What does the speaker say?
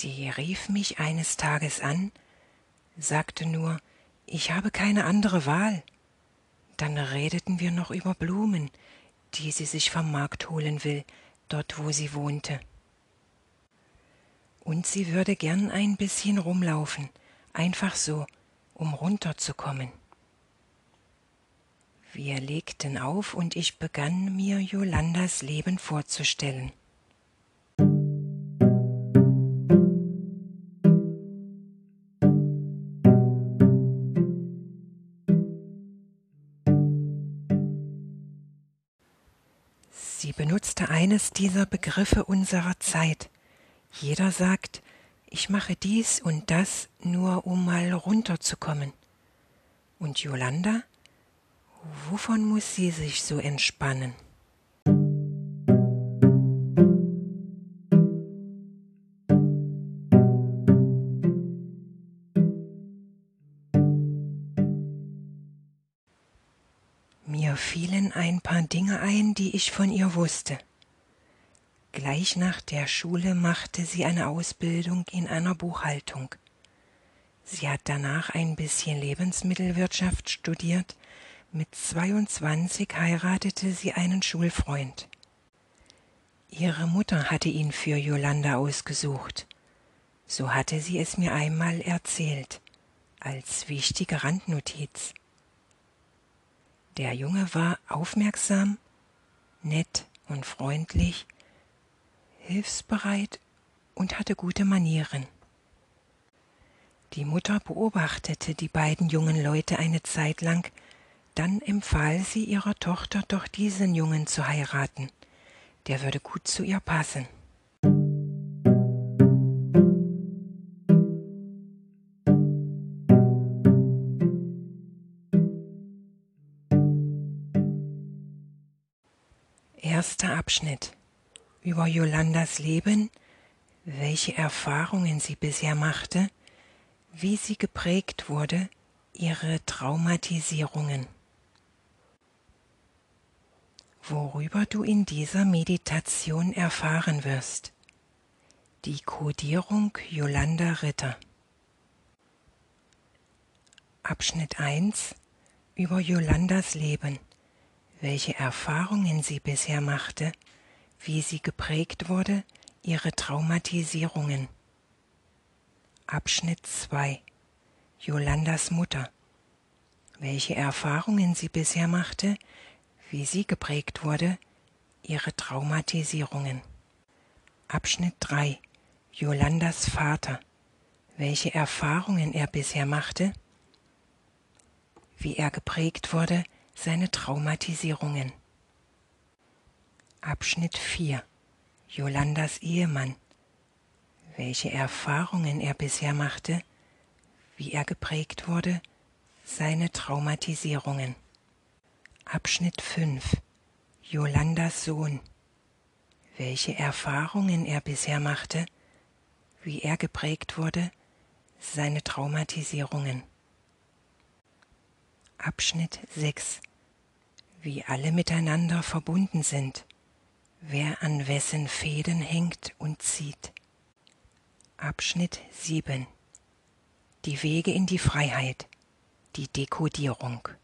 Sie rief mich eines Tages an, sagte nur, ich habe keine andere Wahl. Dann redeten wir noch über Blumen, die sie sich vom Markt holen will, dort wo sie wohnte. Und sie würde gern ein bisschen rumlaufen, einfach so, um runterzukommen. Wir legten auf und ich begann mir Yolandas Leben vorzustellen. Sie benutzte eines dieser Begriffe unserer Zeit. Jeder sagt, ich mache dies und das, nur um mal runterzukommen. Und Yolanda? Wovon muss sie sich so entspannen? Mir fielen ein paar Dinge ein, die ich von ihr wusste. Gleich nach der Schule machte sie eine Ausbildung in einer Buchhaltung. Sie hat danach ein bisschen Lebensmittelwirtschaft studiert. Mit 22 heiratete sie einen Schulfreund. Ihre Mutter hatte ihn für Yolanda ausgesucht. So hatte sie es mir einmal erzählt, als wichtige Randnotiz. Der Junge war aufmerksam, nett und freundlich, hilfsbereit und hatte gute Manieren. Die Mutter beobachtete die beiden jungen Leute eine Zeit lang, dann empfahl sie ihrer Tochter, doch diesen Jungen zu heiraten. Der würde gut zu ihr passen. Erster Abschnitt über Yolandas Leben, welche Erfahrungen sie bisher machte, wie sie geprägt wurde, ihre Traumatisierungen. Worüber du in dieser Meditation erfahren wirst. Die Kodierung Yolanda Ritter. Abschnitt 1 über Yolandas Leben, welche Erfahrungen sie bisher machte, wie sie geprägt wurde, ihre Traumatisierungen. Abschnitt 2 Yolandas Mutter, welche Erfahrungen sie bisher machte, wie sie geprägt wurde, ihre Traumatisierungen. Abschnitt 3 Yolandas Vater, welche Erfahrungen er bisher machte, wie er geprägt wurde, seine Traumatisierungen. Abschnitt 4 Yolandas Ehemann, welche Erfahrungen er bisher machte, wie er geprägt wurde, seine Traumatisierungen. Abschnitt 5 Yolandas Sohn, welche Erfahrungen er bisher machte, wie er geprägt wurde, seine Traumatisierungen. Abschnitt 6 Wie alle miteinander verbunden sind, wer an wessen Fäden hängt und zieht. Abschnitt 7 Die Wege in die Freiheit, die Dekodierung.